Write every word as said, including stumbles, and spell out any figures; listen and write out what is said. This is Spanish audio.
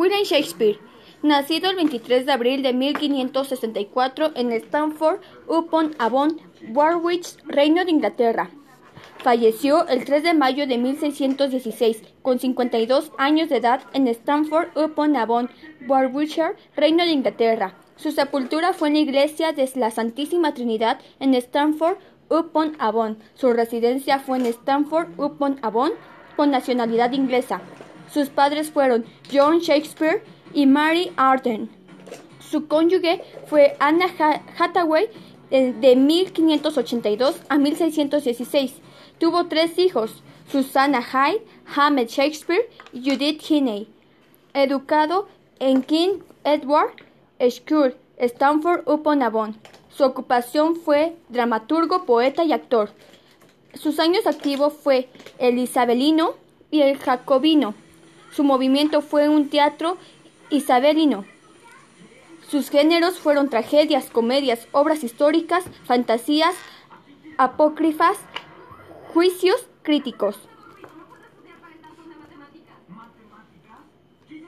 William Shakespeare, nacido el veintitrés de abril de mil quinientos sesenta y cuatro en Stamford-upon-Avon, Warwickshire, Reino de Inglaterra. Falleció el tres de mayo de mil seiscientos dieciséis, con cincuenta y dos años de edad, en Stamford-upon-Avon, Warwickshire, Reino de Inglaterra. Su sepultura fue en la iglesia de la Santísima Trinidad en Stamford-upon-Avon. Su residencia fue en Stamford-upon-Avon, con nacionalidad inglesa. Sus padres fueron John Shakespeare y Mary Arden. Su cónyuge fue Anna Hathaway, de mil quinientos ochenta y dos a mil seiscientos dieciséis. Tuvo tres hijos: Susanna Hyde, Hamlet Shakespeare y Judith Heaney. Educado en King Edward School, Stamford-upon-Avon. Su ocupación fue dramaturgo, poeta y actor. Sus años activos fue el isabelino y el jacobino. Su movimiento fue un teatro isabelino. Sus géneros fueron tragedias, comedias, obras históricas, fantasías, apócrifas, juicios críticos.